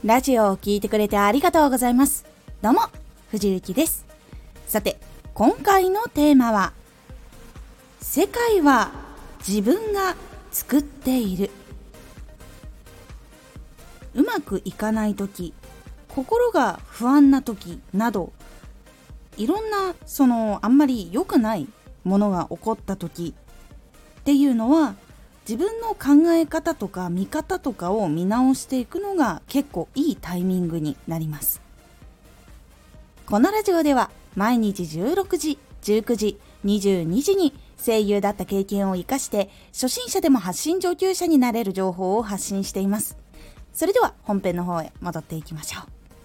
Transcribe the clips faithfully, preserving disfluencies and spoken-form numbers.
ラジオを聞いてくれてありがとうございます。どうも藤幸です。さて、今回のテーマは、世界は自分が作っている。うまくいかないとき、心が不安なときなど、いろんなそのあんまり良くないものが起こったときっていうのは、自分の考え方とか見方とかを見直していくのが結構いいタイミングになります。このラジオでは毎日じゅうろくじ、じゅうくじ、にじゅうにじに声優だった経験を生かして初心者でも発信上級者になれる情報を発信しています。それでは本編の方へ戻っていきましょう。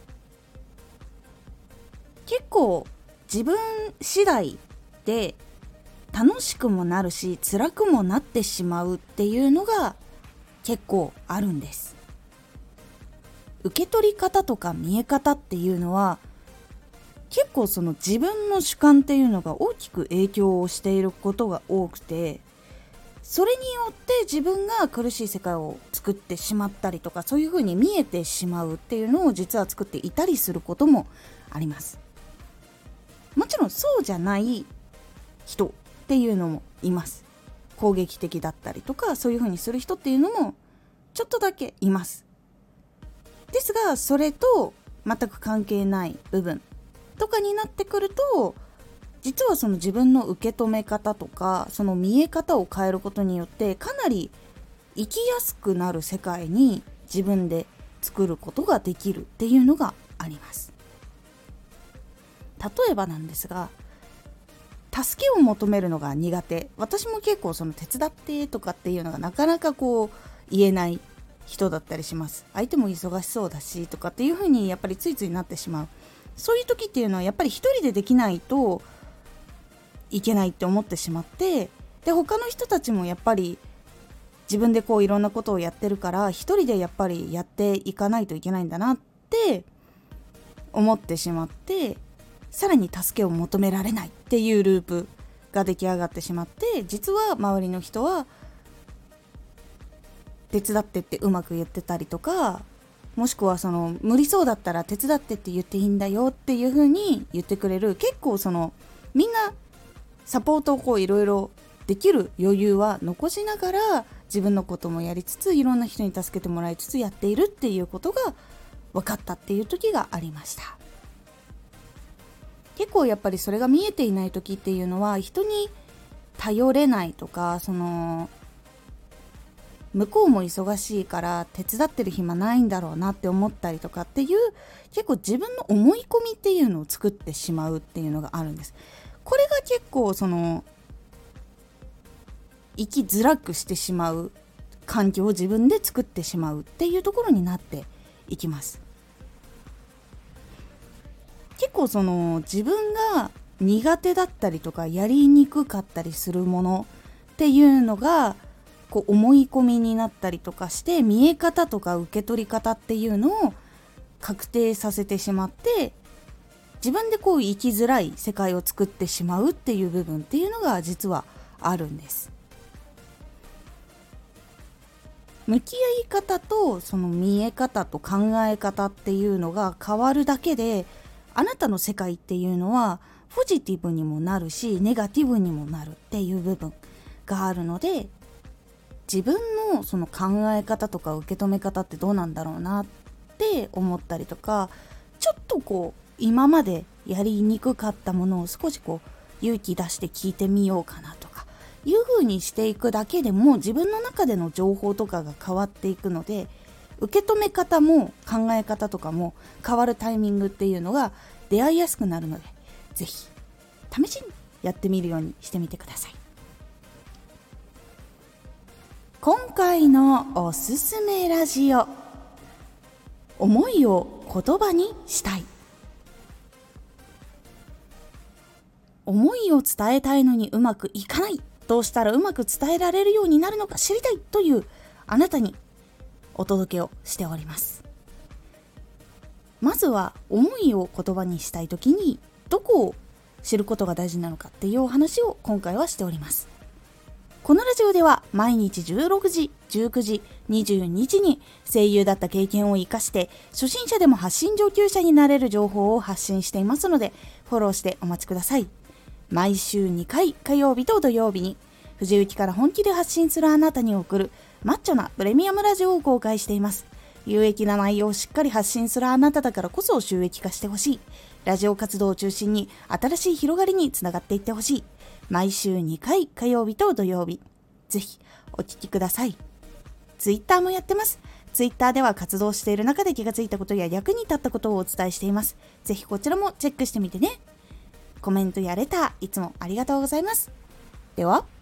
結構自分次第で楽しくもなるし辛くもなってしまうっていうのが結構あるんです。受け取り方とか見え方っていうのは結構その自分の主観っていうのが大きく影響をしていることが多くて、それによって自分が苦しい世界を作ってしまったりとか、そういう風に見えてしまうっていうのを実は作っていたりすることもあります。もちろんそうじゃない人っていうのもいます。攻撃的だったりとか、そういう風にする人っていうのもちょっとだけいます。ですが、それと全く関係ない部分とかになってくると、実はその自分の受け止め方とかその見え方を変えることによってかなり生きやすくなる世界に自分で作ることができるっていうのがあります。例えばなんですが、助けを求めるのが苦手、私も結構その手伝ってとかっていうのがなかなかこう言えない人だったりします。相手も忙しそうだしとかっていう風にやっぱりついついなってしまう。そういう時っていうのはやっぱり一人でできないといけないって思ってしまって、で他の人たちもやっぱり自分でこういろんなことをやってるから一人でやっぱりやっていかないといけないんだなって思ってしまって、さらに助けを求められないっていうループが出来上がってしまって、実は周りの人は手伝ってってうまく言ってたりとか、もしくはその無理そうだったら手伝ってって言っていいんだよっていう風に言ってくれる、結構そのみんなサポートをこういろいろできる余裕は残しながら自分のこともやりつつ、いろんな人に助けてもらいつつやっているっていうことが分かったっていう時がありました。結構やっぱりそれが見えていない時っていうのは、人に頼れないとか、その向こうも忙しいから手伝ってる暇ないんだろうなって思ったりとかっていう、結構自分の思い込みっていうのを作ってしまうっていうのがあるんです。これが結構その生きづらくしてしまう環境を自分で作ってしまうっていうところになっていきます。結構その自分が苦手だったりとかやりにくかったりするものっていうのがこう思い込みになったりとかして、見え方とか受け取り方っていうのを確定させてしまって、自分でこう生きづらい世界を作ってしまうっていう部分っていうのが実はあるんです。向き合い方とその見え方と考え方っていうのが変わるだけで、あなたの世界っていうのはポジティブにもなるしネガティブにもなるっていう部分があるので、自分のその考え方とか受け止め方ってどうなんだろうなって思ったりとか、ちょっとこう今までやりにくかったものを少しこう勇気出して聞いてみようかなとかいう風にしていくだけでも、自分の中での情報とかが変わっていくので、受け止め方も考え方とかも変わるタイミングっていうのが出会いやすくなるので、ぜひ試しにやってみるようにしてみてください。今回のおすすめラジオ、思いを言葉にしたい。思いを伝えたいのにうまくいかない、どうしたらうまく伝えられるようになるのか知りたいというあなたにお届けをしております。まずは思いを言葉にしたいときにどこを知ることが大事なのかっていうお話を今回はしております。 このラジオでは毎日じゅうろくじ、じゅうくじ、にじゅうにじに声優だった経験を生かして初心者でも発信上級者になれる情報を発信していますので、フォローしてお待ちください。毎週にかい、火曜日と土曜日に藤雪から本気で発信するあなたに送るマッチョなプレミアムラジオを公開しています。有益な内容をしっかり発信するあなただからこそ収益化してほしい。ラジオ活動を中心に新しい広がりにつながっていってほしい。毎週にかい、火曜日と土曜日、ぜひお聞きください。ツイッターもやってます。ツイッターでは活動している中で気がついたことや役に立ったことをお伝えしています。ぜひこちらもチェックしてみてね。コメントやレターいつもありがとうございます。では。